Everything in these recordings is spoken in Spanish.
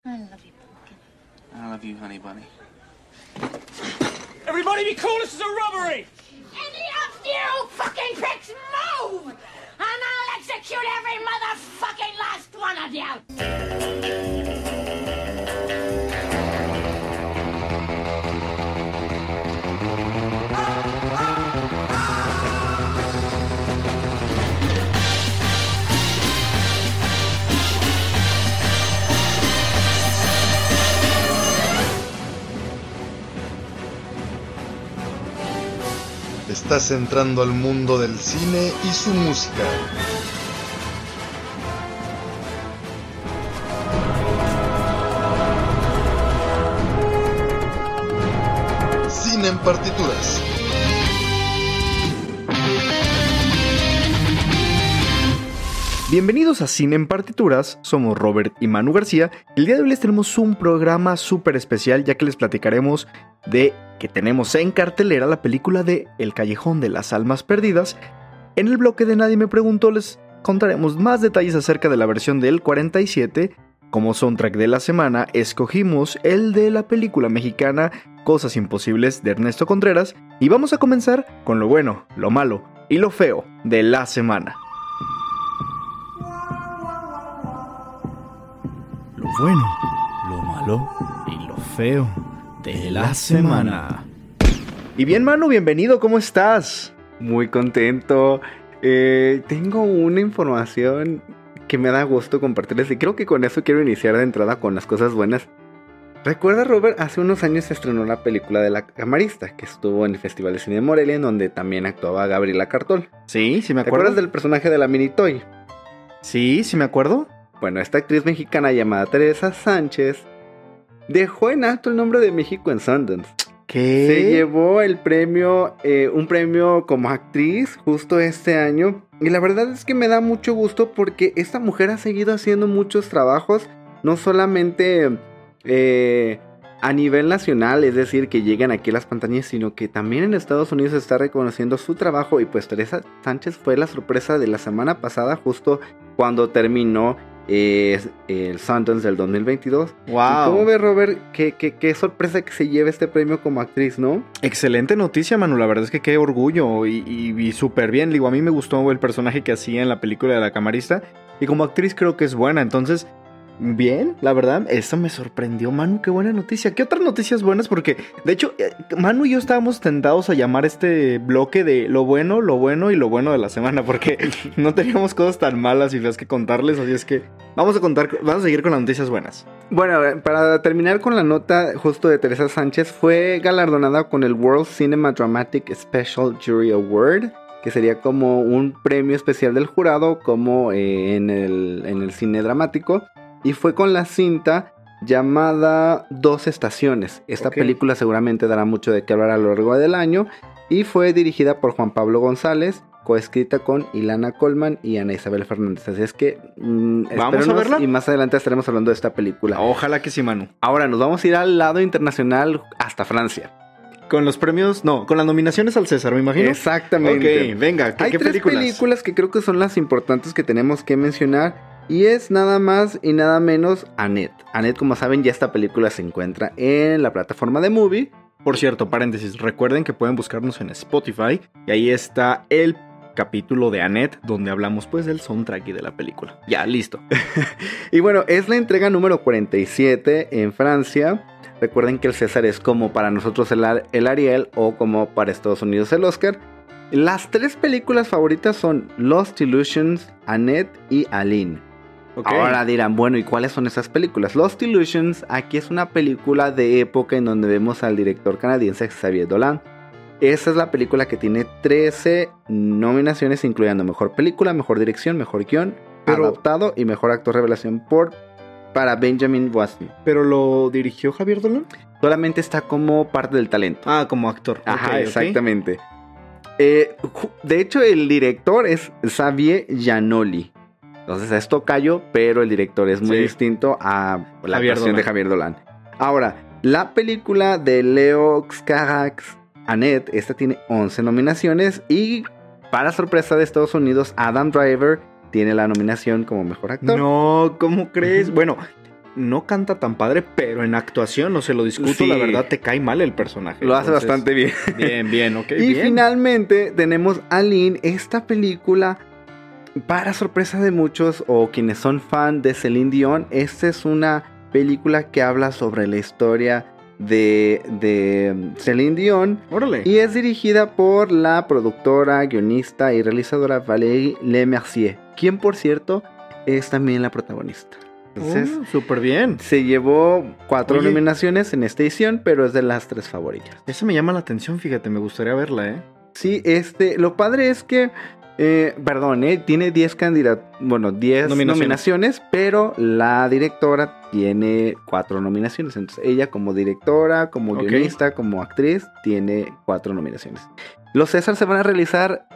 I love you, Pumpkin. I love you, honey bunny. Everybody be cool, this is a robbery! Any of you fucking pricks move! And I'll execute every motherfucking last one of you! Estás entrando al mundo del cine y su música. Cine en partituras. Bienvenidos a Cine en Partituras, somos Robert y Manu García. El día de hoy les tenemos un programa súper especial, ya que les platicaremos de que tenemos en cartelera la película de El Callejón de las Almas Perdidas. En el bloque de Nadie me preguntó les contaremos más detalles acerca de la versión del 47. Como soundtrack de la semana escogimos el de la película mexicana Cosas Imposibles de Ernesto Contreras. Y vamos a comenzar con lo bueno, lo malo y lo feo de la semana. Lo bueno, lo malo y lo feo de la semana. Y bien, Manu, bienvenido, ¿cómo estás? Muy contento. Tengo una información que me da gusto compartirles y creo que con eso quiero iniciar de entrada con las cosas buenas. ¿Recuerda, Robert? Hace unos años se estrenó la película de La Camarista, que estuvo en el Festival de Cine de Morelia, en donde también actuaba Gabriela Cartol. Sí, sí me ¿Te acuerdo. acuerdas del personaje de la Mini Toy? Sí, sí me acuerdo. Bueno, esta actriz mexicana llamada Teresa Sánchez dejó en alto el nombre de México en Sundance. ¿Qué? Se llevó el premio, un premio como actriz justo este año. Y la verdad es que me da mucho gusto porque esta mujer ha seguido haciendo muchos trabajos, no solamente a nivel nacional, es decir, que llegan aquí a las pantallas, sino que también en Estados Unidos se está reconociendo su trabajo. Y pues Teresa Sánchez fue la sorpresa de la semana pasada, justo cuando terminó el Sundance del 2022. Wow. ¿Y cómo ves, Robert? Qué sorpresa que se lleve este premio como actriz, ¿no? Excelente noticia, Manu. La verdad es que qué orgullo y súper bien. Digo, a mí me gustó el personaje que hacía en la película de La Camarista. Y como actriz creo que es buena. Entonces, bien, la verdad, eso me sorprendió, Manu. Qué buena noticia. ¿Qué otras noticias buenas? Porque, de hecho, Manu y yo estábamos tentados a llamar este bloque de lo bueno y lo bueno de la semana. Porque no teníamos cosas tan malas y feas que contarles. Así es que vamos a seguir con las noticias buenas. Bueno, para terminar con la nota justo de Teresa Sánchez, fue galardonada con el World Cinema Dramatic Special Jury Award, que sería como un premio especial del jurado, como en el cine dramático. Y fue con la cinta llamada Dos Estaciones. Esta película seguramente dará mucho de qué hablar a lo largo del año. Y fue dirigida por Juan Pablo González, coescrita con Ilana Colman y Ana Isabel Fernández. Así es que vamos a verla. Y más adelante estaremos hablando de esta película. Ojalá que sí, Manu. Ahora nos vamos a ir al lado internacional hasta Francia. Con los premios, no, con las nominaciones al César, me imagino. Exactamente. Ok, venga, Hay ¿qué tres películas que creo que son las importantes que tenemos que mencionar. Y es nada más y nada menos Annette. Annette, como saben, ya esta película se encuentra en la plataforma de Movie. Por cierto, paréntesis, recuerden que pueden buscarnos en Spotify. Y ahí está el capítulo de Annette, donde hablamos pues del soundtrack y de la película. Ya, listo. Y bueno, es la entrega número 47 en Francia. Recuerden que el César es como para nosotros el Ariel o como para Estados Unidos el Oscar. Las tres películas favoritas son Lost Illusions, Annette y Aline. Okay. Ahora dirán, bueno, ¿y cuáles son esas películas? Lost Illusions, aquí es una película de época en donde vemos al director canadiense Xavier Dolan. Esa es la película que tiene 13 nominaciones, incluyendo Mejor Película, Mejor Dirección, Mejor Guión, Adaptado y Mejor Actor Revelación para Benjamin Washington. ¿Pero lo dirigió Javier Dolan? Solamente está como parte del talento. Ah, como actor. Ajá, Okay, exactamente. De hecho, el director es Xavier Giannoli. Entonces es tocayo, pero el director es muy distinto a la versión de Javier Dolan. Ahora, la película de Leo Carax, Annette, esta tiene 11 nominaciones y para sorpresa de Estados Unidos, Adam Driver tiene la nominación como mejor actor. No, ¿cómo crees? Bueno, no canta tan padre, pero en actuación, no se lo discuto, Sí. la verdad te cae mal el personaje. Lo hace Entonces, bastante bien. Bien, ok, Y bien. finalmente tenemos Aline, esta película, para sorpresa de muchos o quienes son fan de Celine Dion, esta es una película que habla sobre la historia de Celine Dion Órale. y es dirigida por la productora, guionista y realizadora Valérie Lemercier, quien por cierto es también la protagonista. Entonces, Súper bien. se llevó 4 Oye. nominaciones en esta edición, pero es de las 3 favoritas. Esa me llama la atención, fíjate, me gustaría verla, ¿eh? Sí, lo padre es que, tiene 10 nominaciones, pero la directora tiene 4 nominaciones. Entonces, ella como directora, como Ok. guionista, como actriz, tiene 4 nominaciones. Los César se van a realizar,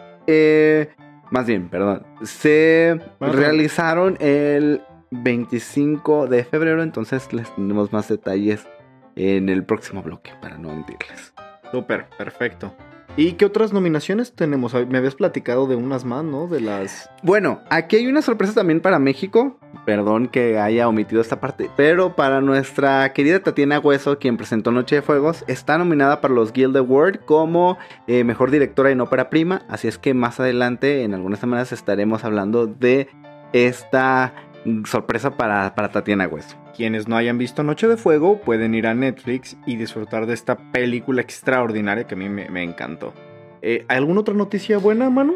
se Bueno, realizaron el 25 de febrero, entonces les tendremos más detalles en el próximo bloque, para no mentirles. Súper, perfecto. ¿Y qué otras nominaciones tenemos? Me habías platicado de unas más, ¿no? De las... Bueno, aquí hay una sorpresa también para México. Perdón que haya omitido esta parte. Pero para nuestra querida Tatiana Hueso, quien presentó Noche de Fuegos, está nominada para los Guild Award como mejor directora en ópera prima. Así es que más adelante, en algunas semanas, estaremos hablando de esta sorpresa para Tatiana Hueso. Quienes no hayan visto Noche de Fuego pueden ir a Netflix y disfrutar de esta película extraordinaria que a mí me encantó. ¿Alguna otra noticia buena, Manu?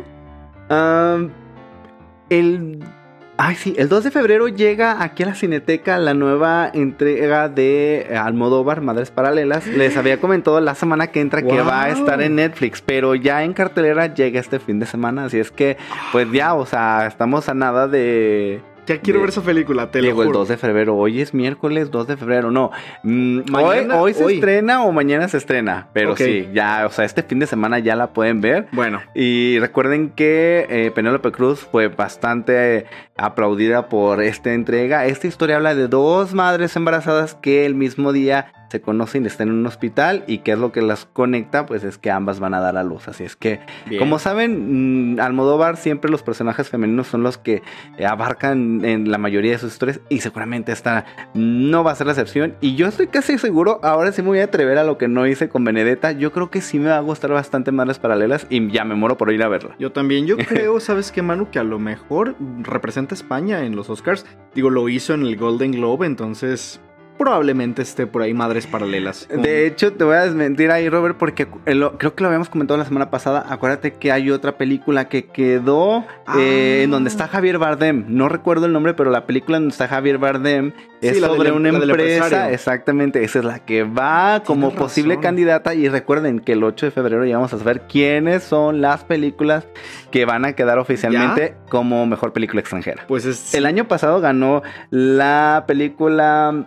El 2 de febrero llega aquí a la Cineteca la nueva entrega de Almodóvar, Madres Paralelas. Les había comentado la semana que entra que ¡Wow! va a estar en Netflix, pero ya en cartelera llega este fin de semana. Así es que, pues ya, o sea, estamos a nada de... Ya quiero ver esa película, te lo Llegó el juro. 2 de febrero. Hoy es miércoles 2 de febrero. No. Mañana, hoy se hoy. estrena o mañana se estrena. Pero Ok. sí, ya, o sea, este fin de semana ya la pueden ver. Bueno, Y recuerden que Penélope Cruz fue bastante aplaudida por esta entrega. Esta historia habla de 2 madres embarazadas que el mismo día se conocen y están en un hospital. Y qué es lo que las conecta, pues es que ambas van a dar a luz. Así es que, bien. como saben, Almodóvar siempre los personajes femeninos son los que abarcan en la mayoría de sus historias. Y seguramente esta no va a ser la excepción. Y yo estoy casi seguro, ahora sí me voy a atrever a lo que no hice con Benedetta. Yo creo que sí me va a gustar bastante Madres Paralelas. Y ya me muero por ir a verla. Yo también, yo creo, ¿sabes qué, Manu? Que a lo mejor representa a España en los Oscars. Digo, lo hizo en el Golden Globe, entonces probablemente esté por ahí Madres Paralelas. De hecho, te voy a desmentir ahí, Robert, porque creo que lo habíamos comentado la semana pasada. Acuérdate que hay otra película que quedó en donde está Javier Bardem. No recuerdo el nombre, pero la película donde está Javier Bardem es Sí, la sobre del- una la del empresa. empresario. Exactamente, esa es la que va como Tienes posible razón. candidata. Y recuerden que el 8 de febrero ya vamos a saber quiénes son las películas que van a quedar oficialmente como mejor película extranjera. Pues es... El año pasado ganó la película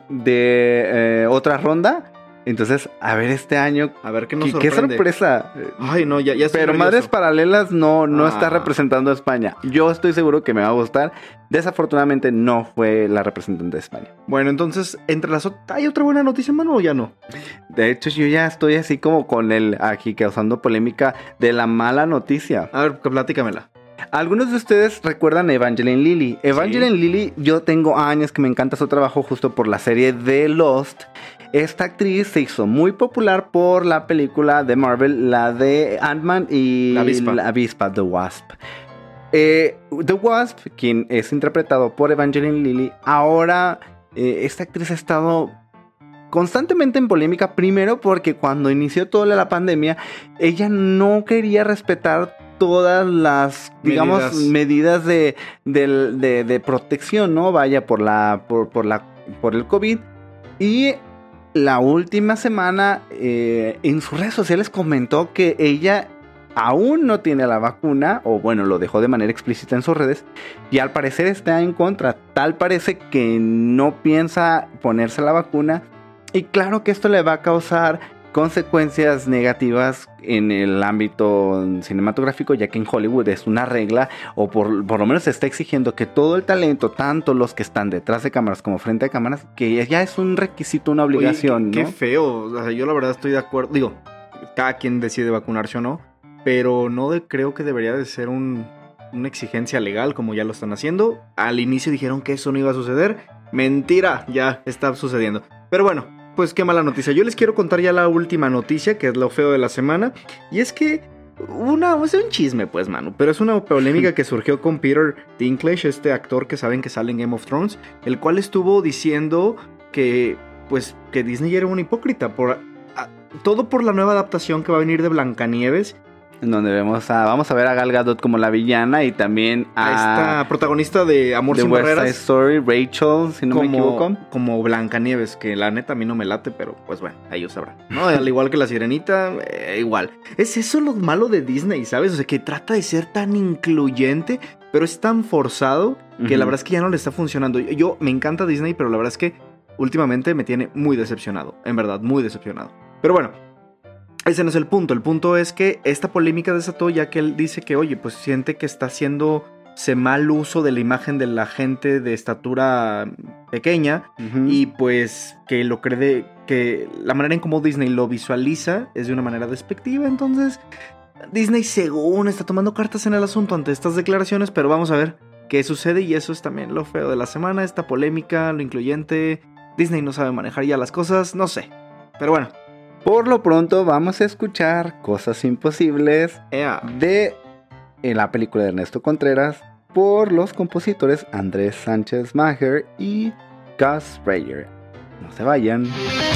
de Otra Ronda. Entonces, a ver este año. A ver qué nos ¿Qué sorprende. sorpresa. Ay, no, ya estoy Pero nervioso. Madres Paralelas no está Ah. representando a España. Yo estoy seguro que me va a gustar. Desafortunadamente no fue la representante de España. Bueno, entonces, entre las ¿hay otra buena noticia, Manu, o ya no? De hecho, yo ya estoy así como con aquí causando polémica de la mala noticia. A ver, platícamela. Algunos de ustedes recuerdan a Evangeline Lilly. Evangeline Lilly, yo tengo años que me encanta su trabajo justo por la serie de Lost. Esta actriz se hizo muy popular por la película de Marvel, la de Ant-Man y La avispa. The Wasp. The Wasp, quien es interpretado por Evangeline Lilly, ahora esta actriz ha estado constantemente en polémica. Primero porque cuando inició toda la pandemia, ella no quería respetar todas las, digamos, medidas de protección, ¿no? Vaya, por el COVID. Y la última semana en sus redes sociales comentó que ella aún no tiene la vacuna, o bueno, lo dejó de manera explícita en sus redes, y al parecer está en contra. Tal parece que no piensa ponerse la vacuna, y claro que esto le va a causar consecuencias negativas en el ámbito cinematográfico, ya que en Hollywood es una regla, o por lo menos se está exigiendo que todo el talento, tanto los que están detrás de cámaras como frente a cámaras, que ya es un requisito, una obligación. Oye, qué ¿no? feo. O sea, yo la verdad estoy de acuerdo. Digo, cada quien decide vacunarse o no, pero no creo que debería de ser una exigencia legal como ya lo están haciendo. Al inicio dijeron que eso no iba a suceder. Mentira, ya está sucediendo. Pero bueno, pues qué mala noticia. Yo les quiero contar ya la última noticia, que es lo feo de la semana. Y es que es un chisme, pues, mano. Pero es una polémica que surgió con Peter Dinklage, este actor que saben que sale en Game of Thrones, el cual estuvo diciendo que Disney era un hipócrita todo por la nueva adaptación que va a venir de Blancanieves. En donde vamos a ver a Gal Gadot como la villana y también a esta protagonista de Amor sin West Side Barreras, Story, Rachel, si no me equivoco. Como Blancanieves, que la neta a mí no me late, pero pues bueno, ellos sabrán, ¿no? Al igual que la Sirenita, igual. Es eso lo malo de Disney, ¿sabes? O sea, que trata de ser tan incluyente, pero es tan forzado que la verdad es que ya no le está funcionando. Yo me encanta Disney, pero la verdad es que últimamente me tiene muy decepcionado, en verdad, muy decepcionado. Pero bueno, ese no es el punto. El punto es que esta polémica desató ya que él dice que, oye, pues siente que está haciéndose mal uso de la imagen de la gente de estatura pequeña y pues que lo cree que la manera en cómo Disney lo visualiza es de una manera despectiva. Entonces Disney según está tomando cartas en el asunto ante estas declaraciones, pero vamos a ver qué sucede y eso es también lo feo de la semana, esta polémica, lo incluyente. Disney no sabe manejar ya las cosas, no sé, pero bueno. Por lo pronto vamos a escuchar Cosas Imposibles de la película de Ernesto Contreras por los compositores Andrés Sánchez Maher y Gus Breyer. No se vayan.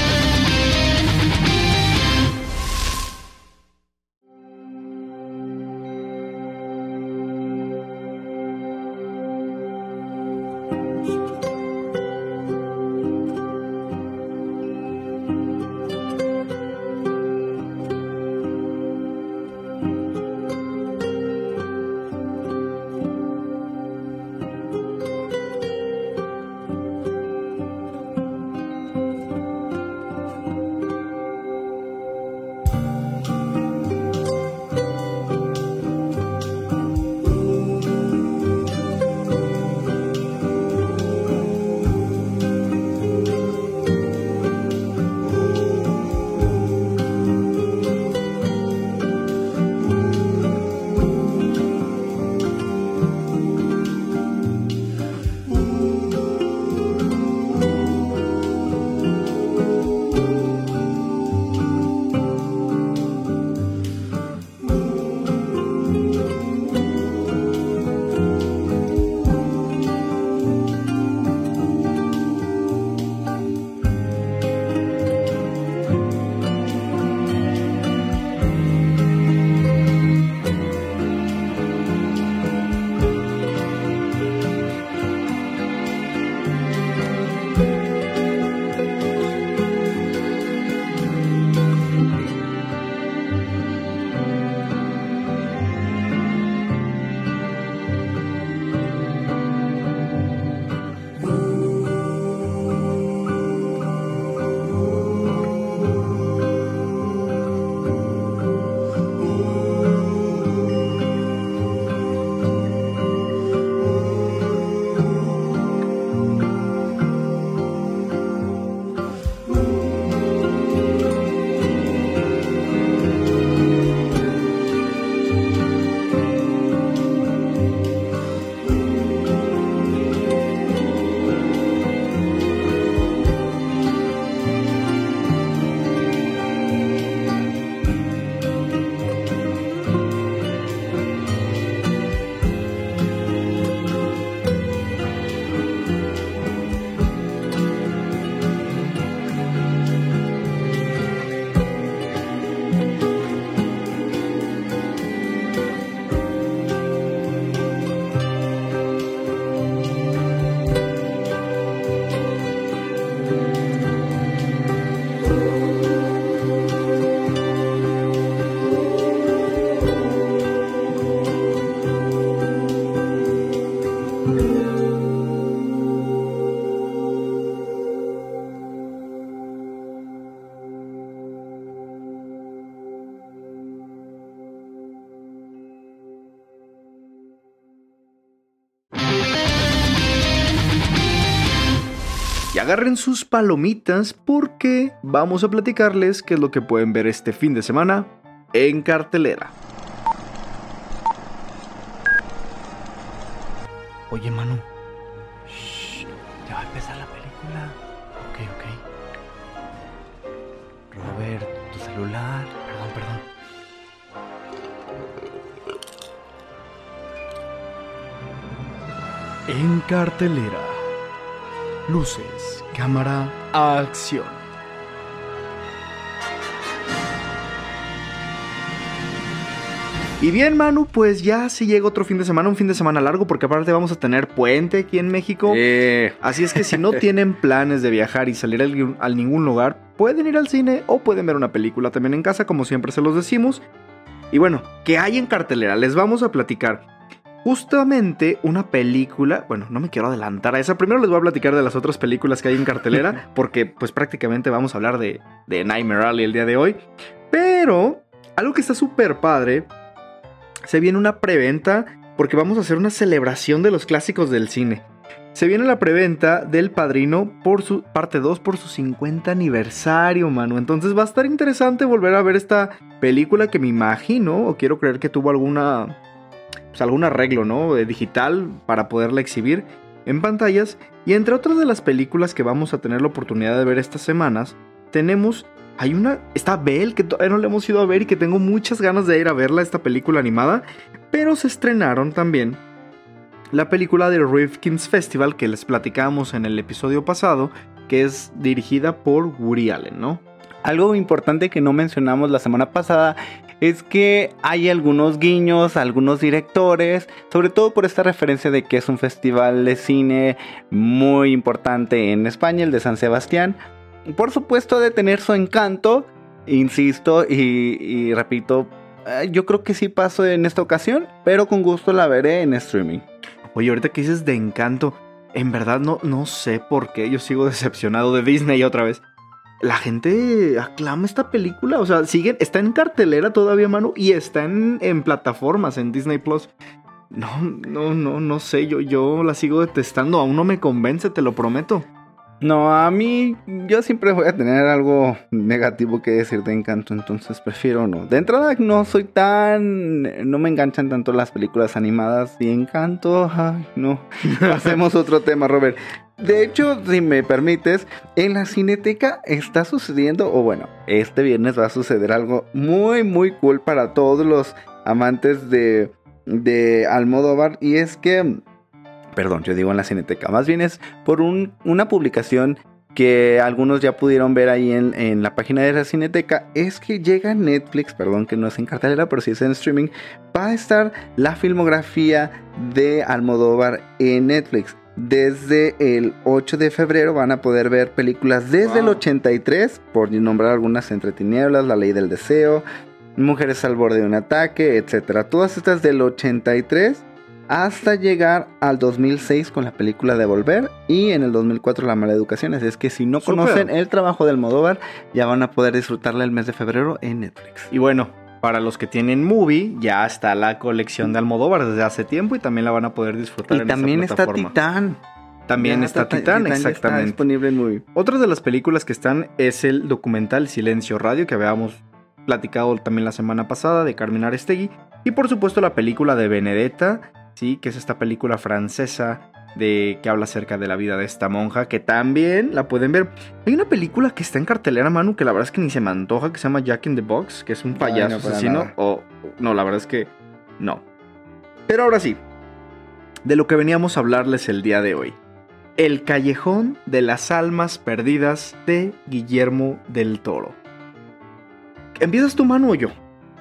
Agarren sus palomitas porque vamos a platicarles qué es lo que pueden ver este fin de semana en cartelera. Oye, Manu, ya va a empezar la celular. Perdón. En cartelera. Luces, cámara, acción. Y bien, Manu, pues ya se llega otro fin de semana, un fin de semana largo, porque aparte vamos a tener puente aquí en México. Así es que si no tienen planes de viajar y salir a ningún lugar, pueden ir al cine o pueden ver una película también en casa, como siempre se los decimos. Y bueno, ¿qué hay en cartelera? Les vamos a platicar justamente una película. Bueno, no me quiero adelantar a esa. Primero les voy a platicar de las otras películas que hay en cartelera, porque pues prácticamente vamos a hablar de Nightmare Alley el día de hoy. Pero algo que está súper padre, se viene una preventa porque vamos a hacer una celebración de los clásicos del cine. Se viene la preventa del Padrino por su parte 2 por su 50 aniversario, mano. Entonces va a estar interesante volver a ver esta película que me imagino, o quiero creer que tuvo algún arreglo, ¿no? Digital para poderla exhibir en pantallas. Y entre otras de las películas que vamos a tener la oportunidad de ver estas semanas, está Belle, que todavía no la hemos ido a ver y que tengo muchas ganas de ir a verla, esta película animada. Pero se estrenaron también la película de Rifkin's Festival, que les platicábamos en el episodio pasado, que es dirigida por Woody Allen, ¿no? Algo importante que no mencionamos la semana pasada es que hay algunos guiños, algunos directores, sobre todo por esta referencia de que es un festival de cine muy importante en España, el de San Sebastián. Por supuesto, de tener su encanto, insisto y repito, yo creo que sí paso en esta ocasión, pero con gusto la veré en streaming. Oye, ahorita que dices de encanto, en verdad no sé por qué yo sigo decepcionado de Disney otra vez. La gente aclama esta película, o sea, está en cartelera todavía, mano, y está en plataformas, en Disney Plus. No sé, yo la sigo detestando, aún no me convence, te lo prometo. No, a mí, yo siempre voy a tener algo negativo que decir de Encanto, entonces prefiero no. De entrada no me enganchan tanto las películas animadas y Encanto, ay, no. Pasemos a otro tema, Robert. De hecho, si me permites, en la Cineteca está sucediendo, o bueno, este viernes va a suceder algo muy, muy cool para todos los amantes de Almodóvar, y es que... Perdón, yo digo en la Cineteca. Más bien es por una publicación que algunos ya pudieron ver ahí en la página de la Cineteca. Es que llega Netflix, perdón que no es en cartelera, pero sí es en streaming. Va a estar la filmografía de Almodóvar en Netflix. Desde el 8 de febrero van a poder ver películas desde el 83, por nombrar algunas: Entre tinieblas, La ley del deseo, Mujeres al borde de un ataque, etc. Todas estas del 83... hasta llegar al 2006 con la película de Volver, y en el 2004 La mala educación. Así es que si no conocen el trabajo de Almodóvar, ya van a poder disfrutarla el mes de febrero en Netflix. Y bueno, para los que tienen Movie, ya está la colección de Almodóvar desde hace tiempo y también la van a poder disfrutar en esa plataforma. Y también está Titán. También está Titán, exactamente. Está disponible en Movie. Otra de las películas que están es el documental Silencio Radio, que habíamos platicado también la semana pasada, de Carmen Aristegui. Y por supuesto la película de Benedetta, sí, que es esta película francesa que habla acerca de la vida de esta monja, que también la pueden ver. Hay una película que está en cartelera, Manu, que la verdad es que ni se me antoja, que se llama Jack in the Box, que es un payaso asesino. No, la verdad es que no. Pero ahora sí, de lo que veníamos a hablarles el día de hoy: El callejón de las almas perdidas, de Guillermo del Toro. ¿Empiezas tú, Manu, o yo?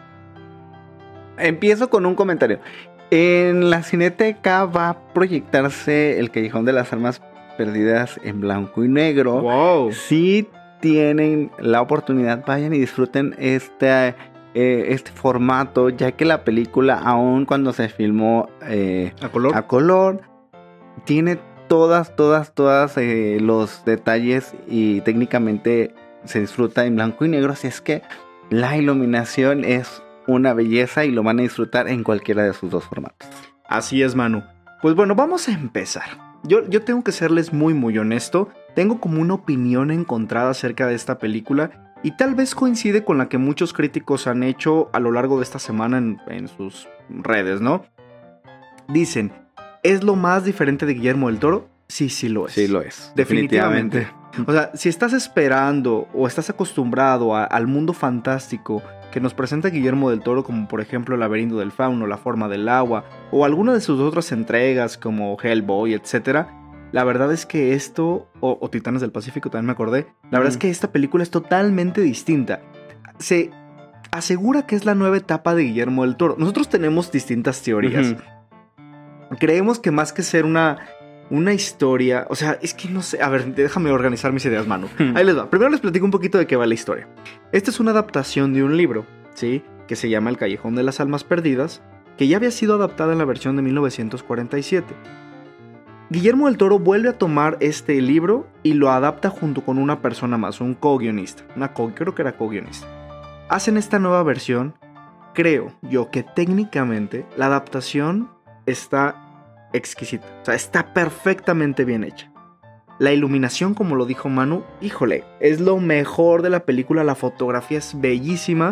Empiezo con un comentario. En la Cineteca va a proyectarse El callejón de las almas perdidas en blanco y negro. Wow. Si tienen la oportunidad, vayan y disfruten este formato, ya que la película, aun cuando se filmó a color, tiene todas los detalles y técnicamente se disfruta en blanco y negro. Así es que la iluminación es una belleza y lo van a disfrutar en cualquiera de sus dos formatos. Así es, Manu. Pues bueno, vamos a empezar. Yo tengo que serles muy honesto. Tengo como una opinión encontrada acerca de esta película, y tal vez coincide con la que muchos críticos han hecho a lo largo de esta semana en sus redes, ¿no? Dicen, ¿es lo más diferente de Guillermo del Toro? Sí lo es. Sí lo es. Definitivamente. O sea, si estás esperando o estás acostumbrado al mundo fantástico que nos presenta Guillermo del Toro, como por ejemplo El laberinto del fauno, La forma del agua, o alguna de sus otras entregas como Hellboy, etc., la verdad es que esto, o Titanes del Pacífico, también me acordé, la verdad es que esta película es totalmente distinta. Se asegura que es la nueva etapa de Guillermo del Toro. Nosotros tenemos distintas teorías. Creemos que más que ser una historia, o sea, es que no sé, a ver, déjame organizar mis ideas, Manu. Ahí les va. Primero les platico un poquito de qué va la historia. Esta es una adaptación de un libro, ¿sí? Que se llama El Callejón de las Almas Perdidas, que ya había sido adaptada en la versión de 1947. Guillermo del Toro vuelve a tomar este libro y lo adapta junto con una persona más, un co-guionista. Creo que era co-guionista. Hacen esta nueva versión. Creo yo que técnicamente la adaptación está exquisita. O sea, está perfectamente bien hecha. La iluminación, como lo dijo Manu, híjole, es lo mejor de la película. La fotografía es bellísima.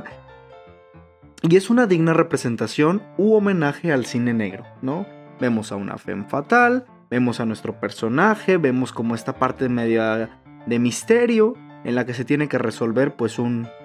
Y es una digna representación u homenaje al cine negro, ¿no? Vemos a una femme fatal, vemos a nuestro personaje, vemos como esta parte media de misterio en la que se tiene que resolver pues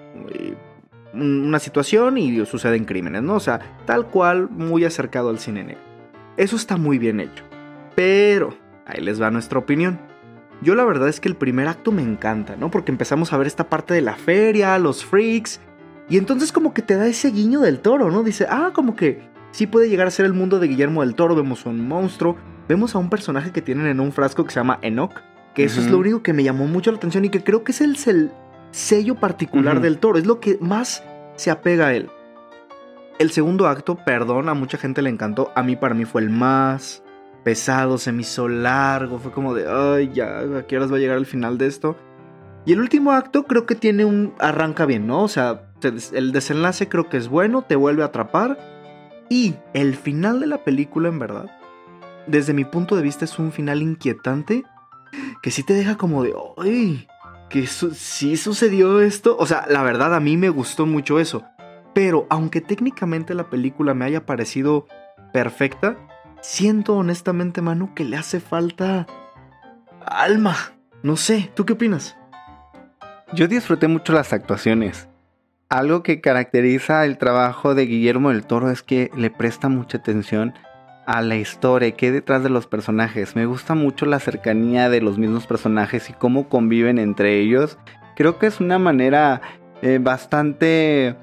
una situación y suceden crímenes, ¿no? O sea, tal cual, muy acercado al cine negro. Eso está muy bien hecho. Pero ahí les va nuestra opinión. Yo la verdad es que el primer acto me encanta, ¿no? Porque empezamos a ver esta parte de la feria, los freaks, y entonces como que te da ese guiño del Toro, ¿no? Dice, como que sí puede llegar a ser el mundo de Guillermo del Toro. Vemos a un monstruo, vemos a un personaje que tienen en un frasco que se llama Enoch, que eso es lo único que me llamó mucho la atención y que creo que es el sello particular del Toro, es lo que más se apega a él. El segundo acto, perdón, a mucha gente le encantó, para mí fue el más pesado, se me hizo largo, fue como de, ay, ya, ¿a qué horas va a llegar el final de esto? Y el último acto creo que arranca bien, ¿no? O sea, el desenlace creo que es bueno, te vuelve a atrapar, y el final de la película, en verdad, desde mi punto de vista es un final inquietante, que sí te deja como de, ay, que sí sucedió esto. O sea, la verdad a mí me gustó mucho eso. Pero aunque técnicamente la película me haya parecido perfecta, siento honestamente, Manu, que le hace falta alma. No sé, ¿tú qué opinas? Yo disfruté mucho las actuaciones. Algo que caracteriza el trabajo de Guillermo del Toro es que le presta mucha atención a la historia que hay detrás de los personajes. Me gusta mucho la cercanía de los mismos personajes y cómo conviven entre ellos. Creo que es una manera bastante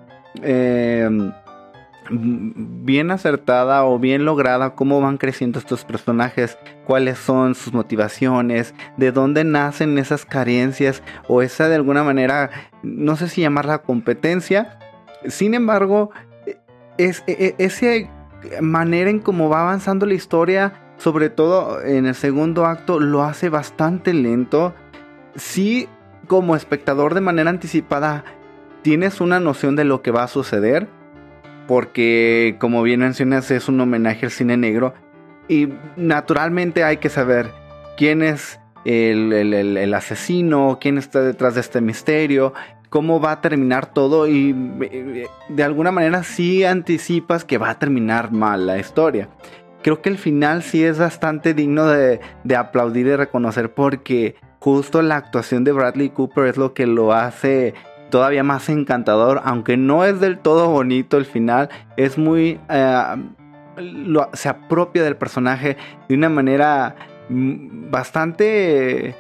bien acertada o bien lograda cómo van creciendo estos personajes, cuáles son sus motivaciones, de dónde nacen esas carencias o esa de alguna manera, no sé si llamarla competencia. Sin embargo, esa manera en cómo va avanzando la historia, sobre todo en el segundo acto, lo hace bastante lento. Sí, como espectador de manera anticipada tienes una noción de lo que va a suceder, porque como bien mencionas es un homenaje al cine negro y naturalmente hay que saber quién es el asesino, quién está detrás de este misterio, cómo va a terminar todo, y de alguna manera sí anticipas que va a terminar mal la historia. Creo que el final sí es bastante digno de aplaudir y reconocer, porque justo la actuación de Bradley Cooper es lo que lo hace todavía más encantador, aunque no es del todo bonito el final, es muy se apropia del personaje de una manera bastante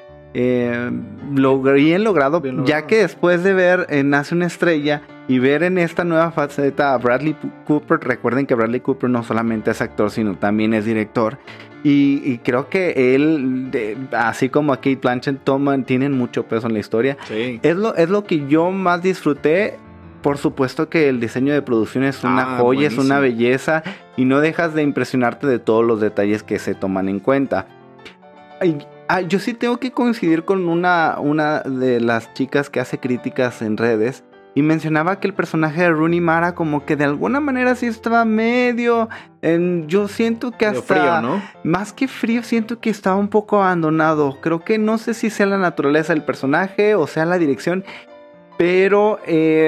bien logrado, ya que después de ver Nace una estrella y ver en esta nueva faceta a Bradley Cooper, recuerden que Bradley Cooper no solamente es actor, sino también es director, y creo que él, así como a Cate Blanchett, tienen mucho peso en la historia. Sí. Es lo que yo más disfruté. Por supuesto que el diseño de producción es una joya, buenísimo. Es una belleza, y no dejas de impresionarte de todos los detalles que se toman en cuenta. Yo sí tengo que coincidir con una de las chicas que hace críticas en redes, y mencionaba que el personaje de Rooney Mara como que de alguna manera sí estaba medio... yo siento que hasta... frío, ¿no? Más que frío, siento que estaba un poco abandonado. Creo que no sé si sea la naturaleza del personaje o sea la dirección, pero...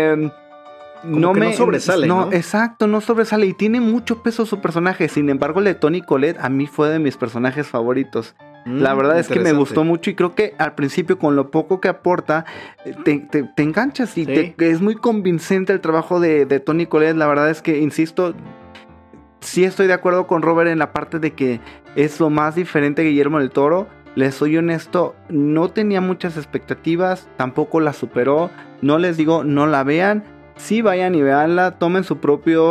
no sobresale, ¿no? Exacto, no sobresale, y tiene mucho peso su personaje. Sin embargo, el de Toni Collette a mí fue de mis personajes favoritos. La verdad es que me gustó mucho y creo que al principio con lo poco que aporta te enganchas y Sí. es muy convincente el trabajo de Toni Collette. La verdad es que, insisto, sí estoy de acuerdo con Robert en la parte de que es lo más diferente de Guillermo del Toro. Les soy honesto, no tenía muchas expectativas, tampoco la superó. No les digo, no la vean. Sí, vayan y veanla, tomen su propia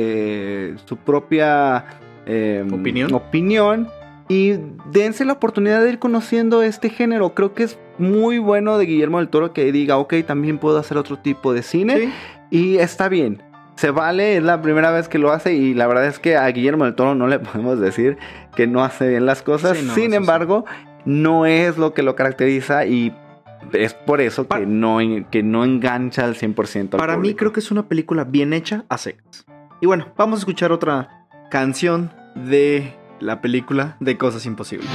opinión y dense la oportunidad de ir conociendo este género. Creo que es muy bueno de Guillermo del Toro que diga, ok, también puedo hacer otro tipo de cine, Sí. y está bien. Se vale, es la primera vez que lo hace y la verdad es que a Guillermo del Toro no le podemos decir que no hace bien las cosas. Sí, no, Sin eso embargo, no es lo que lo caracteriza y es por eso que no engancha al 100% al Para mí público. creo que es una película bien hecha a secas. Y bueno, vamos a escuchar otra canción de la película de Cosas Imposibles.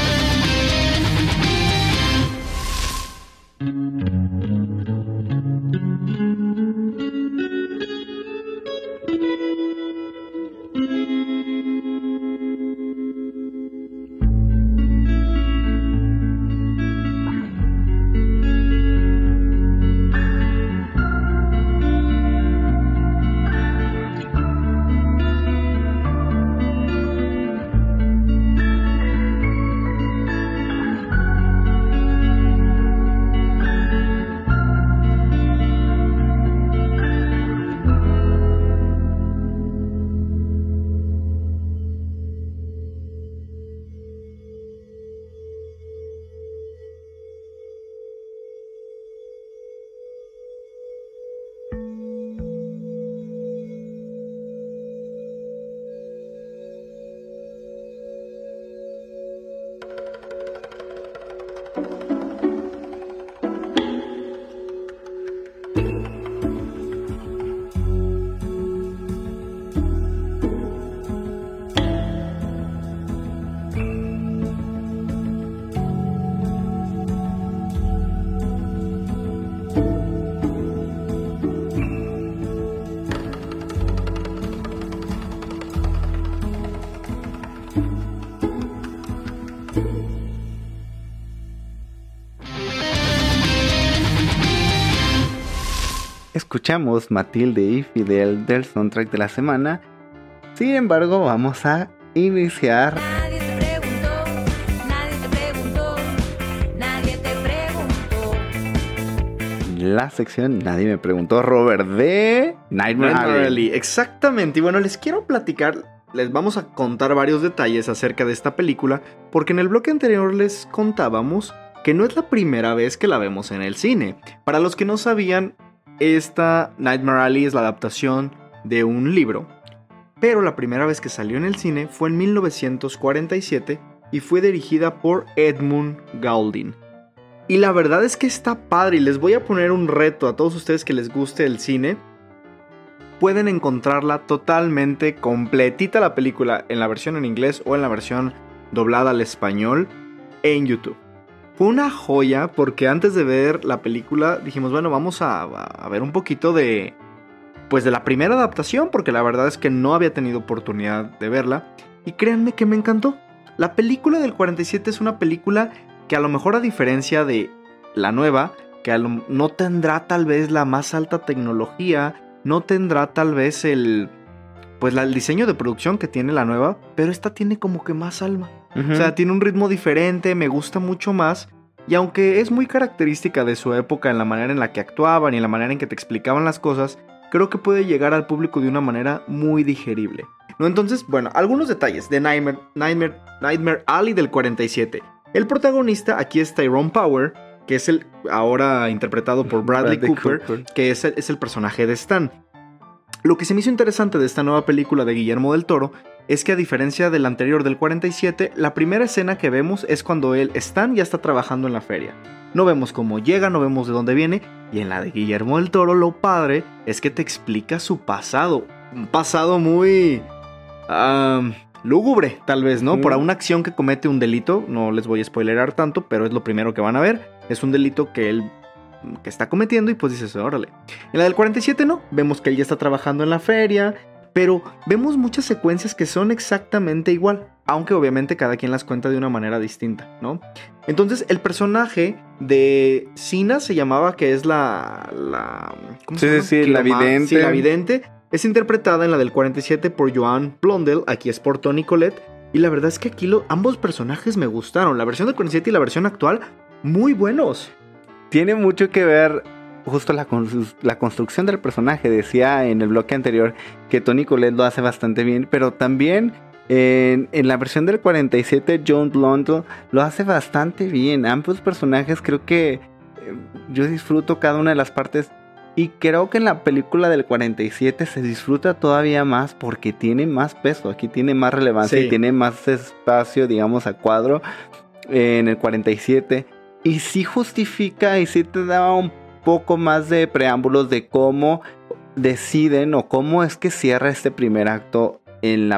Escuchamos Matilde y Fidel del soundtrack de la semana. Sin embargo, vamos a iniciar Nadie te preguntó, nadie te preguntó. la sección Nadie me preguntó, Robert, de Nightmare Alley. Exactamente. Y bueno, les quiero platicar, les vamos a contar varios detalles acerca de esta película, porque en el bloque anterior les contábamos que no es la primera vez que la vemos en el cine. Para los que no sabían, esta Nightmare Alley es la adaptación de un libro, pero la primera vez que salió en el cine fue en 1947 y fue dirigida por Edmund Goulding. Y la verdad es que está padre y les voy a poner un reto a todos ustedes que les guste el cine. Pueden encontrarla totalmente completita la película en la versión en inglés o en la versión doblada al español en YouTube. Fue una joya porque antes de ver la película dijimos, bueno, vamos a ver un poquito de la primera adaptación, porque la verdad es que no había tenido oportunidad de verla. Y créanme que me encantó. La película del 47 es una película que a lo mejor, a diferencia de la nueva, que no tendrá tal vez la más alta tecnología, no tendrá tal vez el diseño de producción que tiene la nueva, pero esta tiene como que más alma. O sea, tiene un ritmo diferente, me gusta mucho más. Y aunque es muy característica de su época en la manera en la que actuaban y en la manera en que te explicaban las cosas, creo que puede llegar al público de una manera muy digerible, ¿no? Entonces, bueno, algunos detalles de Nightmare Alley del 47. El protagonista aquí es Tyrone Power, que es el ahora interpretado por Bradley Cooper, que es el personaje de Stan. Lo que se me hizo interesante de esta nueva película de Guillermo del Toro es que, a diferencia del anterior del 47, la primera escena que vemos es cuando Stan ya está trabajando en la feria. No vemos cómo llega, no vemos de dónde viene, y en la de Guillermo del Toro lo padre es que te explica su pasado. Un pasado muy lúgubre, tal vez, ¿no? Por una acción que comete un delito, no les voy a spoilerar tanto, pero es lo primero que van a ver. Es un delito que él está cometiendo y pues dices, órale. En la del 47 no, vemos que él ya está trabajando en la feria, pero vemos muchas secuencias que son exactamente igual, aunque obviamente cada quien las cuenta de una manera distinta, ¿no? Entonces el personaje de Sina se llamaba, que es ¿cómo se llama? Sí, Que la vidente. Sí, la vidente. Es interpretada en la del 47 por Joan Blondell, aquí es por Toni Collette, y la verdad es que aquí ambos personajes me gustaron, la versión del 47 y la versión actual, muy buenos. Tiene mucho que ver justo la construcción del personaje. Decía en el bloque anterior que Toni Collette lo hace bastante bien, pero también en la versión del 47 Joan Blondell lo hace bastante bien. Ambos personajes creo que yo disfruto cada una de las partes, y creo que en la película del 47 se disfruta todavía más porque tiene más peso, aquí tiene más relevancia, Sí. y tiene más espacio, digamos, a cuadro en el 47, y sí justifica y sí te da un poco más de preámbulos de cómo deciden o cómo es que cierra este primer acto en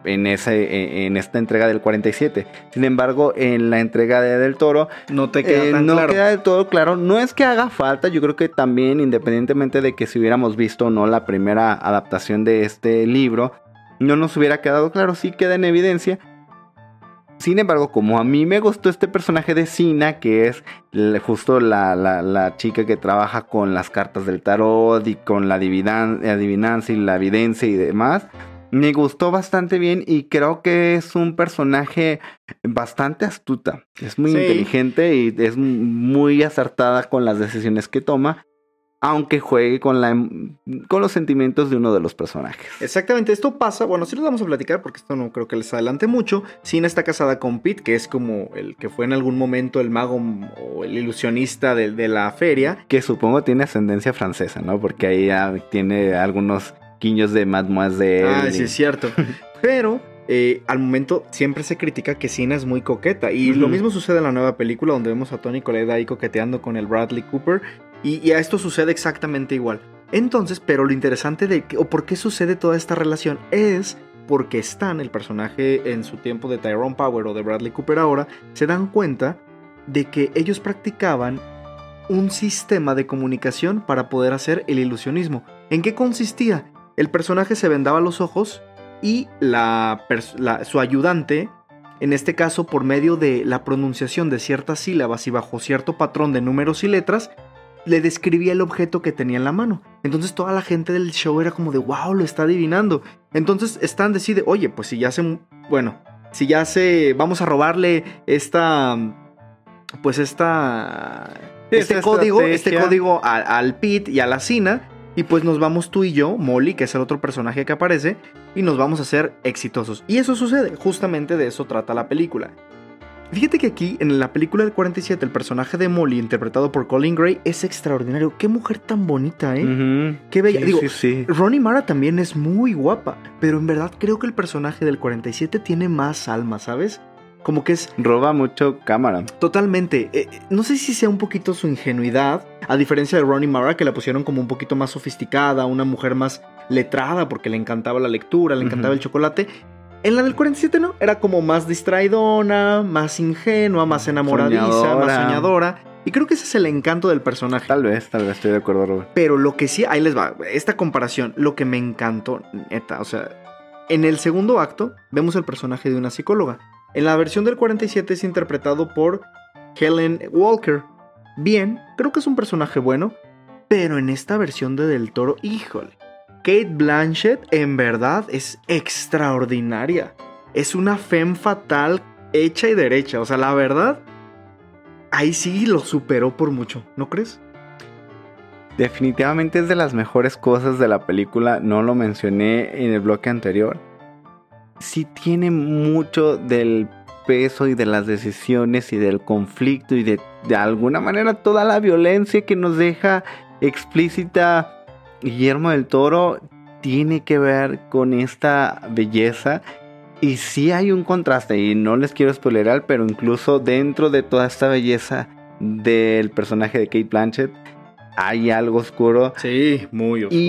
esta entrega del 47. Sin embargo, en la entrega de Del Toro No te queda tan no claro. queda del todo claro. No es que haga falta, yo creo que también, independientemente de que si hubiéramos visto o no la primera adaptación de este libro, no nos hubiera quedado claro, sí queda en evidencia. Sin embargo, como a mí me gustó este personaje de Sina, que es justo la chica que trabaja con las cartas del tarot y con la adivinanza y la evidencia y demás, me gustó bastante bien, y creo que es un personaje bastante astuta. Es muy Sí. inteligente y es muy acertada con las decisiones que toma, aunque juegue con los sentimientos de uno de los personajes. Exactamente, esto pasa, bueno, sí lo vamos a platicar porque esto no creo que les adelante mucho. Sina está casada con Pete, que es como el que fue en algún momento el mago o el ilusionista de la feria. Que supongo tiene ascendencia francesa, ¿no? Porque ahí ya tiene algunos guiños de Mademoiselle. Ah, sí, es cierto. Pero al momento siempre se critica que Sina es muy coqueta. Y lo mismo sucede en la nueva película, donde vemos a Toni Collette ahí coqueteando con el Bradley Cooper. Y a esto sucede exactamente igual. Entonces, pero lo interesante o por qué sucede toda esta relación es porque Stan, el personaje en su tiempo de Tyrone Power o de Bradley Cooper ahora, se dan cuenta de que ellos practicaban un sistema de comunicación para poder hacer el ilusionismo. ¿En qué consistía? El personaje se vendaba los ojos y su ayudante, en este caso por medio de la pronunciación de ciertas sílabas y bajo cierto patrón de números y letras, le describía el objeto que tenía en la mano. Entonces toda la gente del show era como de wow, lo está adivinando. Entonces Stan decide, oye, pues si ya se vamos a robarle este código al Pete y a la Sina, y pues nos vamos tú y yo, Molly, que es el otro personaje que aparece, y nos vamos a hacer exitosos. Y eso sucede, justamente de eso trata la película. Fíjate que aquí, en la película del 47, el personaje de Molly, interpretado por Colin Gray, es extraordinario. Qué mujer tan bonita, ¿eh? Uh-huh. Qué bella. Sí, sí. Rooney Mara también es muy guapa, pero en verdad creo que el personaje del 47 tiene más alma, ¿sabes? Como que roba mucho cámara. Totalmente. No sé si sea un poquito su ingenuidad, a diferencia de Rooney Mara, que la pusieron como un poquito más sofisticada, una mujer más letrada, porque le encantaba la lectura, le encantaba el chocolate. En la del 47 no, era como más distraidona, más ingenua, más enamoradiza, más soñadora. Y creo que ese es el encanto del personaje. Tal vez, estoy de acuerdo, Robert. Pero lo que sí, ahí les va, esta comparación, lo que me encantó, neta, o sea, en el segundo acto vemos el personaje de una psicóloga. En la versión del 47 es interpretado por Helen Walker. Bien, creo que es un personaje bueno, pero en esta versión de Del Toro, híjole, Cate Blanchett en verdad es extraordinaria. Es una femme fatal hecha y derecha. O sea, la verdad, ahí sí lo superó por mucho, ¿no crees? Definitivamente es de las mejores cosas de la película. No lo mencioné en el bloque anterior. Sí tiene mucho del peso y de las decisiones y del conflicto y de alguna manera toda la violencia que nos deja explícita Guillermo del Toro tiene que ver con esta belleza. Y sí hay un contraste, y no les quiero spoilerar, pero incluso dentro de toda esta belleza del personaje de Cate Blanchett hay algo oscuro. Sí, muy oscuro.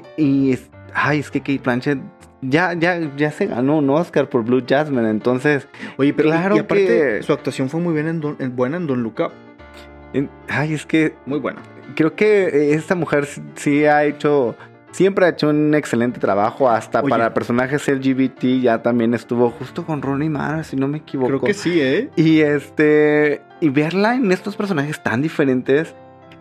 Es que Cate Blanchett ya se ganó un Oscar por Blue Jasmine, entonces... Oye, pero claro, y aparte que su actuación fue muy buena en Don't Look Up. Es que... Muy buena. Creo que esta mujer sí ha hecho siempre ha hecho un excelente trabajo, hasta Oye. para personajes LGBT ya también estuvo justo con Rooney Mara, si no me equivoco. Creo que sí, ¿eh? Y verla en estos personajes tan diferentes.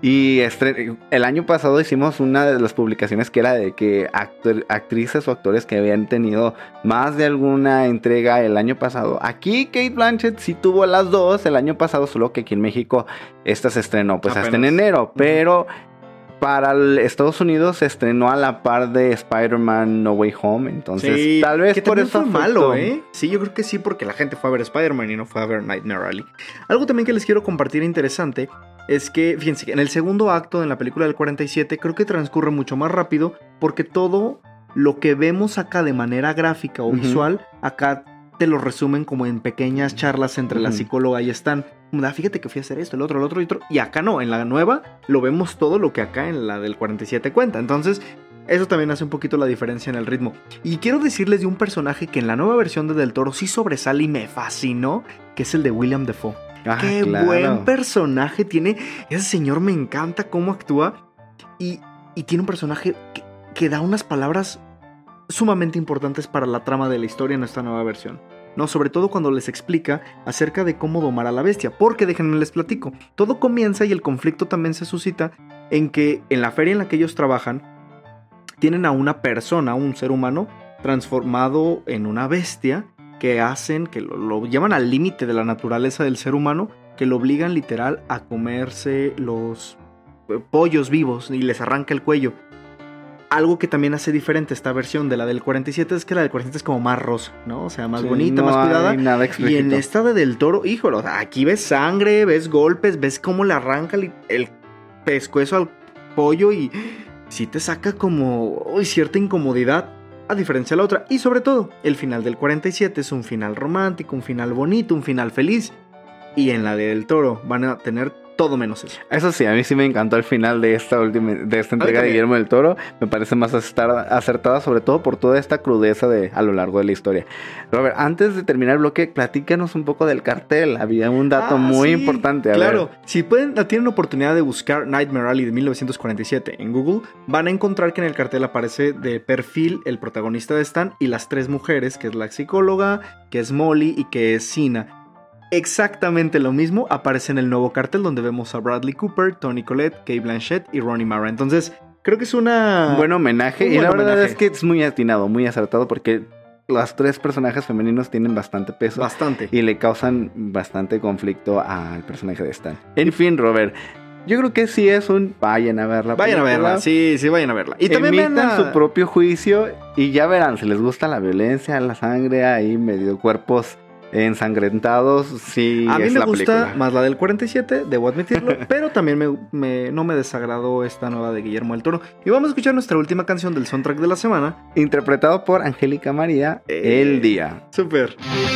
Y el año pasado hicimos una de las publicaciones que era de que actrices o actores que habían tenido más de alguna entrega el año pasado. Aquí Cate Blanchett sí tuvo las dos el año pasado, solo que aquí en México esta se estrenó pues hasta en enero. Pero para Estados Unidos se estrenó a la par de Spider-Man No Way Home. Entonces Sí, tal vez que por también eso fue afectó. malo, ¿eh? Sí, yo creo que sí, porque la gente fue a ver Spider-Man y no fue a ver Nightmare Alley. Algo también que les quiero compartir interesante es que, fíjense, que en el segundo acto de la película del 47 creo que transcurre mucho más rápido, porque todo lo que vemos acá de manera gráfica o visual, acá te lo resumen como en pequeñas charlas entre la psicóloga y Stan. Fíjate que fui a hacer esto, el otro, y acá no, en la nueva lo vemos todo lo que acá en la del 47 cuenta. Entonces, eso también hace un poquito la diferencia en el ritmo. Y quiero decirles de un personaje que en la nueva versión de Del Toro sí sobresale y me fascinó, que es el de William Dafoe. Qué claro. buen personaje tiene. Ese señor me encanta cómo actúa. Y tiene un personaje que da unas palabras sumamente importantes para la trama de la historia en esta nueva versión. No, sobre todo cuando les explica acerca de cómo domar a la bestia. Porque déjenme les platico. Todo comienza y el conflicto también se suscita en que en la feria en la que ellos trabajan tienen a una persona, un ser humano transformado en una bestia, que hacen, que lo llevan al límite de la naturaleza del ser humano, que lo obligan literal a comerse los pollos vivos y les arranca el cuello. Algo que también hace diferente esta versión de la del 47 es que la del 47 es como más rosa, ¿no? O sea, más bonita, más cuidada. Nada Y en esta de Del Toro, híjole, o sea, aquí ves sangre, ves golpes, ves cómo le arranca el pescuezo al pollo y sí te saca como cierta incomodidad, a diferencia de la otra. Y sobre todo, el final del 47 es un final romántico, un final bonito, un final feliz. Y en la de Del Toro van a tener todo menos eso. Eso sí, a mí sí me encantó el final de esta entrega de también. Guillermo del Toro. Me parece más acertada, sobre todo por toda esta crudeza a lo largo de la historia. Robert, antes de terminar el bloque, platícanos un poco del cartel. Había un dato muy importante. Claro, si tienen oportunidad de buscar Nightmare Alley de 1947 en Google, van a encontrar que en el cartel aparece de perfil el protagonista de Stan y las tres mujeres, que es la psicóloga, que es Molly y que es Sina. Exactamente lo mismo aparece en el nuevo cartel, donde vemos a Bradley Cooper, Toni Collette, Cate Blanchett y Rooney Mara. Entonces, creo que es un buen homenaje. Y la verdad es que es muy atinado, muy acertado, porque los tres personajes femeninos tienen bastante peso. Bastante. Y le causan bastante conflicto al personaje de Stan. En fin, Robert, yo creo que sí es vayan a verla. Vayan a verla, sí, vayan a verla. Y también emitan su propio juicio y ya verán, si les gusta la violencia, la sangre, ahí medio cuerpos ensangrentados, sí. A mí es me la gusta película. más la del 47, debo admitirlo, pero también no me desagradó esta nueva de Guillermo del Toro. Y vamos a escuchar nuestra última canción del soundtrack de la semana, interpretado por Angélica María, El Día. Súper.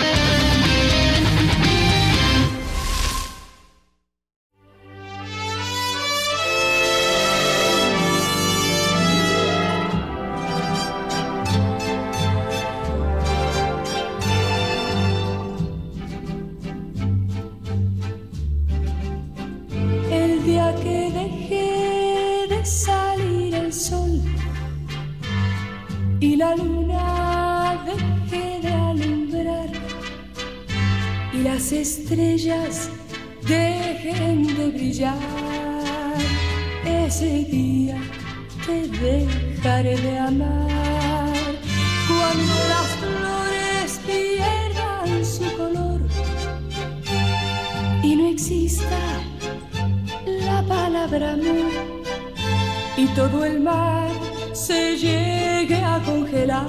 El día que dejé de salir el sol y la luna dejé de alumbrar y las estrellas dejen de brillar, ese día te dejaré de amar. Cuando las flores pierdan su color y no exista la palabra amor y todo el mar se llegue a congelar,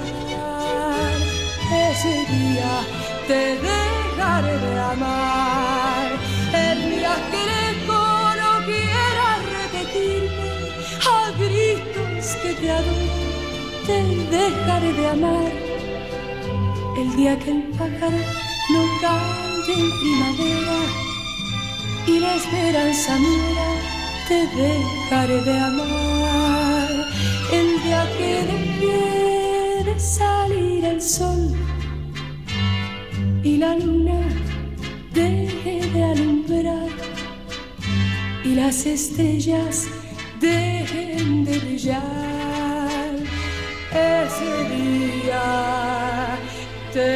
ese día te dejaré de amar. El día que lejos no quiera repetirme a gritos que te adoro, te dejaré de amar. El día que el pájaro no cante en primavera y la esperanza muera, te dejaré de amar. El día que dejé de salir el sol y la luna deje de alumbrar y las estrellas dejen de brillar, ese día te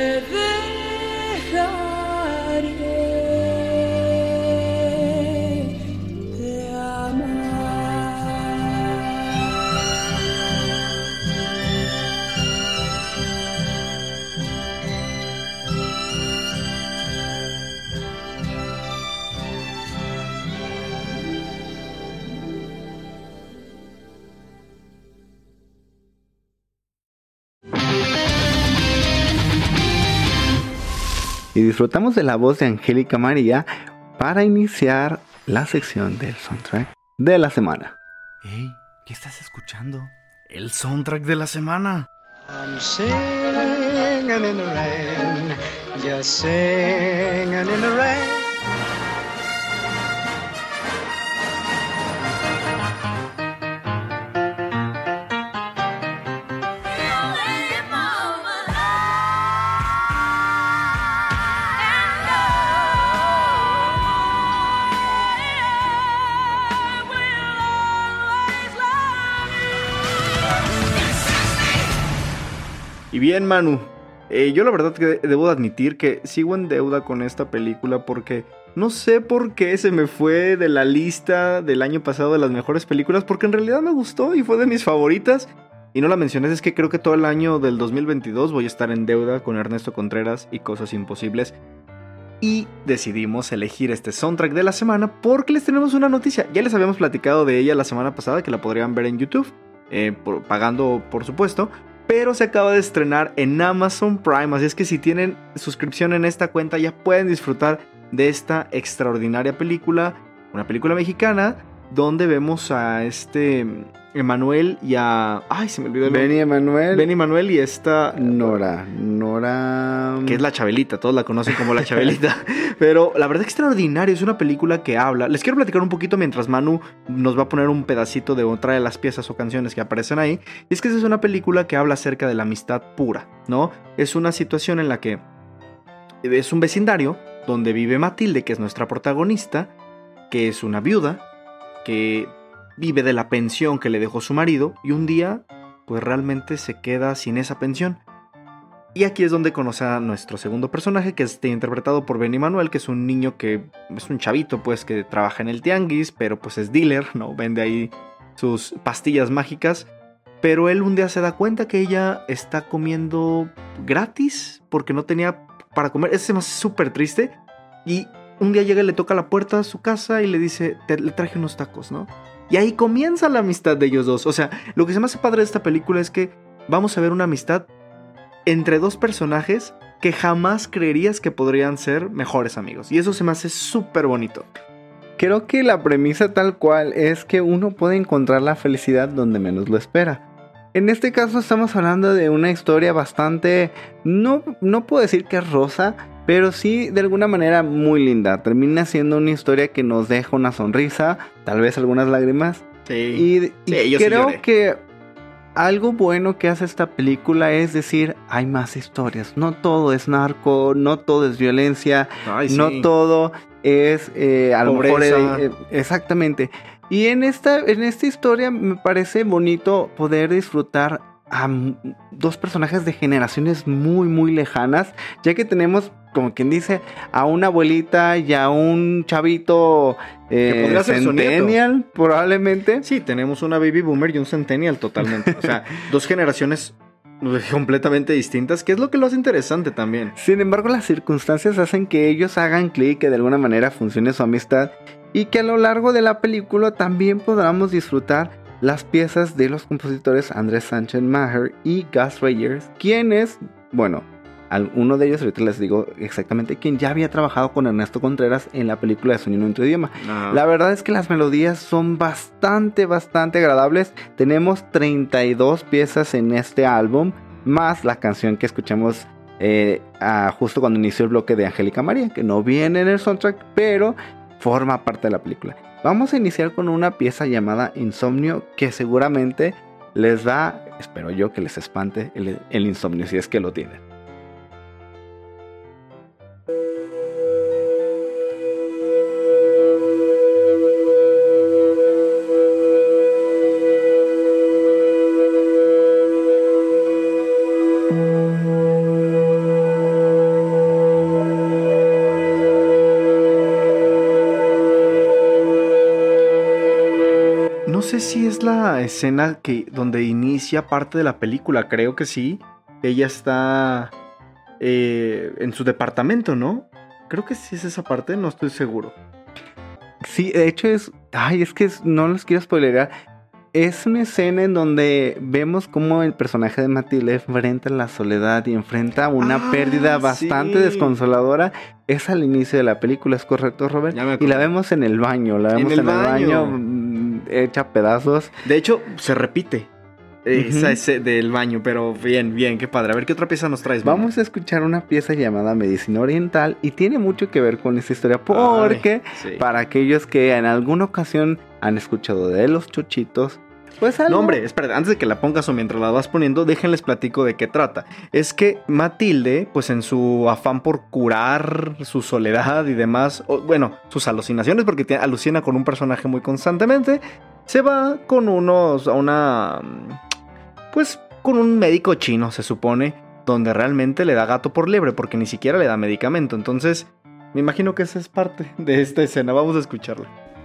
dejaré de amar. Y disfrutamos de la voz de Angélica María para iniciar la sección del soundtrack de la semana. Hey, ¿qué estás escuchando? El soundtrack de la semana. I'm singing in the rain, just singing in the rain. Y bien, Manu, yo la verdad que debo admitir que sigo en deuda con esta película porque no sé por qué se me fue de la lista del año pasado de las mejores películas, porque en realidad me gustó y fue de mis favoritas. Y no la mencioné, es que creo que todo el año del 2022 voy a estar en deuda con Ernesto Contreras y Cosas Imposibles. Y decidimos elegir este soundtrack de la semana porque les tenemos una noticia. Ya les habíamos platicado de ella la semana pasada, que la podrían ver en YouTube, pagando por supuesto. Pero se acaba de estrenar en Amazon Prime, así es que si tienen suscripción en esta cuenta ya pueden disfrutar de esta extraordinaria película, una película mexicana, donde vemos a Emanuel y a... ¡Ay, se me olvidó el nombre! Benny Emanuel y esta... Nora... Que es la Chabelita, todos la conocen como la Chabelita. Pero la verdad es extraordinario, es una película que habla... Les quiero platicar un poquito mientras Manu nos va a poner un pedacito de otra de las piezas o canciones que aparecen ahí. Y es que esa es una película que habla acerca de la amistad pura, ¿no? Es una situación en la que es un vecindario donde vive Matilde, que es nuestra protagonista, que es una viuda, que vive de la pensión que le dejó su marido y un día pues realmente se queda sin esa pensión. Y aquí es donde conoce a nuestro segundo personaje, que es interpretado por Benny Manuel, que es un niño que es un chavito pues que trabaja en el tianguis, pero pues es dealer, ¿no? Vende ahí sus pastillas mágicas. Pero él un día se da cuenta que ella está comiendo gratis porque no tenía para comer. Eso se me hace súper triste. Y un día llega y le toca la puerta a su casa y le dice, le traje unos tacos, ¿no? Y ahí comienza la amistad de ellos dos. O sea, lo que se me hace padre de esta película es que vamos a ver una amistad entre dos personajes que jamás creerías que podrían ser mejores amigos. Y eso se me hace súper bonito. Creo que la premisa tal cual es que uno puede encontrar la felicidad donde menos lo espera. En este caso estamos hablando de una historia bastante... No puedo decir que es rosa, pero sí de alguna manera muy linda. Termina siendo una historia que nos deja una sonrisa, tal vez algunas lágrimas. Sí. Y creo que algo bueno que hace esta película es decir, hay más historias. No todo es narco, no todo es violencia, no todo es a lo mejor... exactamente. Y en esta historia me parece bonito poder disfrutar a dos personajes de generaciones muy muy lejanas, ya que tenemos, como quien dice, a una abuelita y a un chavito que podría ser centennial, probablemente. Sí, tenemos una baby boomer y un centennial totalmente. O sea, dos generaciones completamente distintas, que es lo que lo hace interesante también. Sin embargo, las circunstancias hacen que ellos hagan clic, que de alguna manera funcione su amistad y que a lo largo de la película también podamos disfrutar las piezas de los compositores Andrés Sánchez Maher y Gus Reyers, quienes, bueno, uno de ellos, ahorita les digo exactamente quién, ya había trabajado con Ernesto Contreras en la película de Sueño en otro idioma. La verdad es que las melodías son bastante agradables. Tenemos 32 piezas en este álbum, más la canción que escuchamos justo cuando inició el bloque de Angélica María, que no viene en el soundtrack, pero forma parte de la película. Vamos a iniciar con una pieza llamada Insomnio, que seguramente les va, espero yo, que les espante el insomnio, si es que lo tienen. la escena donde inicia parte de la película, creo que sí. Ella está en su departamento, ¿no? Creo que sí es esa parte, no estoy seguro. Sí, de hecho no los quiero spoilerar. Es una escena en donde vemos cómo el personaje de Matilde enfrenta la soledad y enfrenta una pérdida bastante desconsoladora. Es al inicio de la película, ¿es correcto, Robert? Y la vemos en el baño, en el baño hecha pedazos. De hecho, se repite esa del baño, pero bien, qué padre. A ver, ¿qué otra pieza nos traes? Vamos a escuchar una pieza llamada Medicina Oriental y tiene mucho que ver con esta historia porque para aquellos que en alguna ocasión han escuchado de los Chuchitos, pues algo... No, hombre, espera, antes de que la pongas o mientras la vas poniendo, déjenles platico de qué trata. Es que Matilde, pues en su afán por curar su soledad y demás, sus alucinaciones, porque alucina con un personaje muy constantemente, se va con con un médico chino, se supone, donde realmente le da gato por liebre, porque ni siquiera le da medicamento. Entonces, me imagino que esa es parte de esta escena. Vamos a escucharla.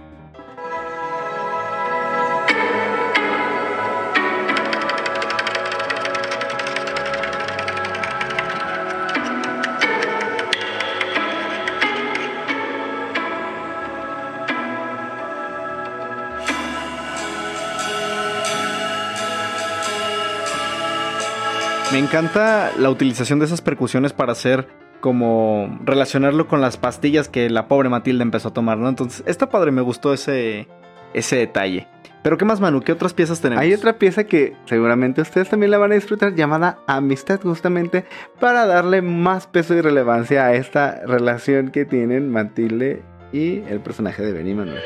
Me encanta la utilización de esas percusiones para hacer como relacionarlo con las pastillas que la pobre Matilde empezó a tomar, ¿no? Entonces, está padre, me gustó ese detalle. Pero ¿qué más, Manu? ¿Qué otras piezas tenemos? Hay otra pieza que seguramente ustedes también la van a disfrutar, llamada Amistad, justamente para darle más peso y relevancia a esta relación que tienen Matilde y el personaje de Benny Manuel.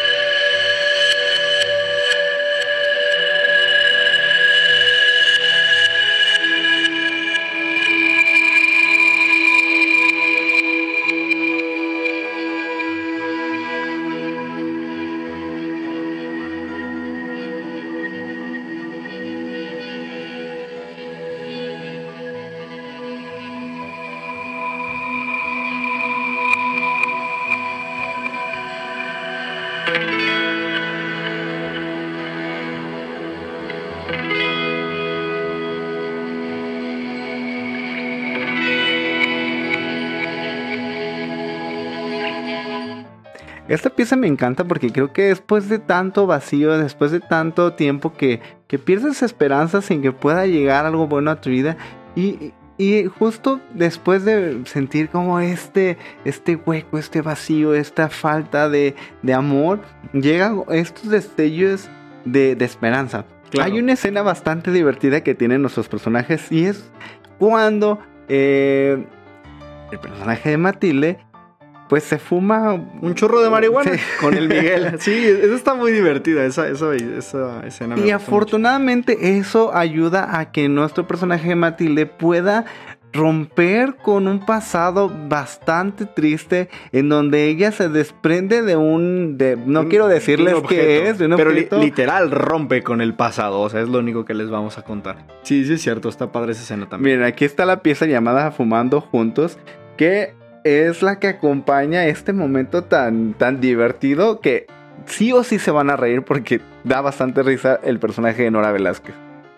Esta pieza me encanta porque creo que después de tanto vacío, después de tanto tiempo que pierdes esperanza sin que pueda llegar algo bueno a tu vida y justo después de sentir como este hueco, este vacío, esta falta de amor, llegan estos destellos de esperanza. Claro. Hay una escena bastante divertida que tienen nuestros personajes y es cuando el personaje de Matilde pues se fuma un churro de marihuana con el Miguel. Sí, eso está muy divertida, esa escena. Y afortunadamente mucho. Eso ayuda a que nuestro personaje de Matilde pueda romper con un pasado bastante triste en donde ella se desprende no quiero decirles qué es, de un objeto. Pero literal rompe con el pasado, o sea, es lo único que les vamos a contar. Sí, es cierto, está padre esa escena también. Miren, aquí está la pieza llamada Fumando Juntos, que es la que acompaña este momento tan divertido que sí o sí se van a reír porque da bastante risa el personaje de Nora Velázquez.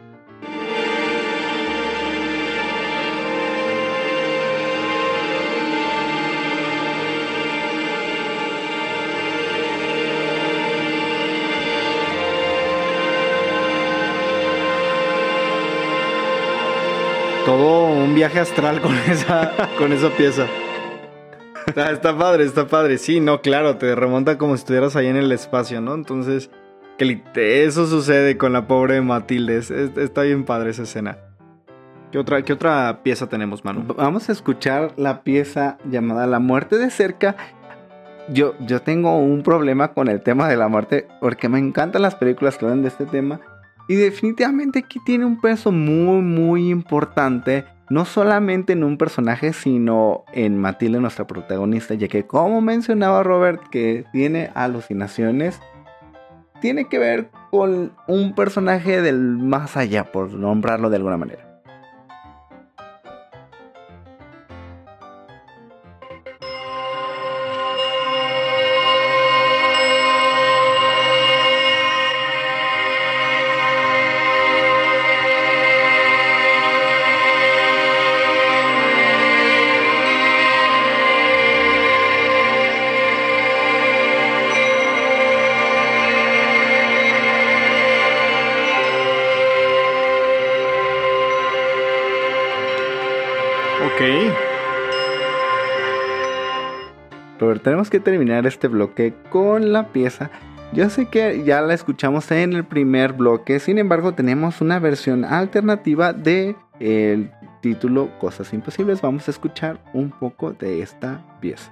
Todo un viaje astral con esa pieza. Está padre. Sí, no, claro, te remonta como si estuvieras ahí en el espacio, ¿no? Entonces, eso sucede con la pobre Matilde. Está bien padre esa escena. ¿Qué otra pieza tenemos, Manu? Vamos a escuchar la pieza llamada La muerte de cerca. Yo tengo un problema con el tema de la muerte porque me encantan las películas que hablan de este tema. Y definitivamente aquí tiene un peso muy, muy importante. No solamente en un personaje, sino en Matilde, nuestra protagonista, ya que como mencionaba Robert, que tiene alucinaciones, tiene que ver con un personaje del más allá, por nombrarlo de alguna manera. Ok. Robert, tenemos que terminar este bloque con la pieza. Yo sé que ya la escuchamos en el primer bloque, sin embargo tenemos una versión alternativa de el título Cosas Imposibles. Vamos a escuchar un poco de esta pieza.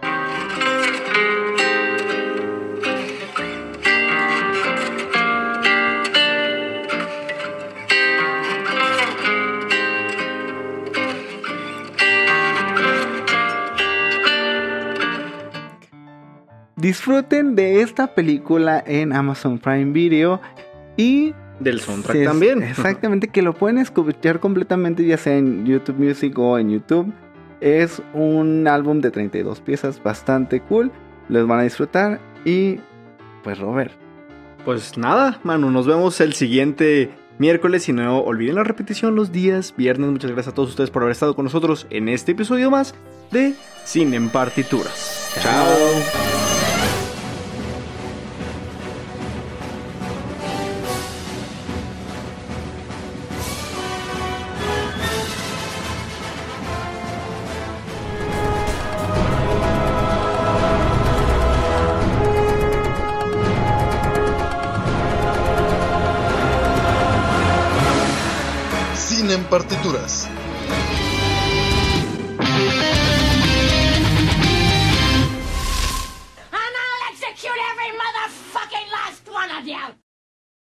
Disfruten de esta película en Amazon Prime Video y del soundtrack también. Exactamente, que lo pueden escuchar completamente ya sea en YouTube Music o en YouTube. Es un álbum de 32 piezas, bastante cool. Los van a disfrutar y pues Robert. Pues nada, Manu, nos vemos el siguiente miércoles y no olviden la repetición los días viernes. Muchas gracias a todos ustedes por haber estado con nosotros en este episodio más de Cine en Partituras. Chao. Cine en Partituras.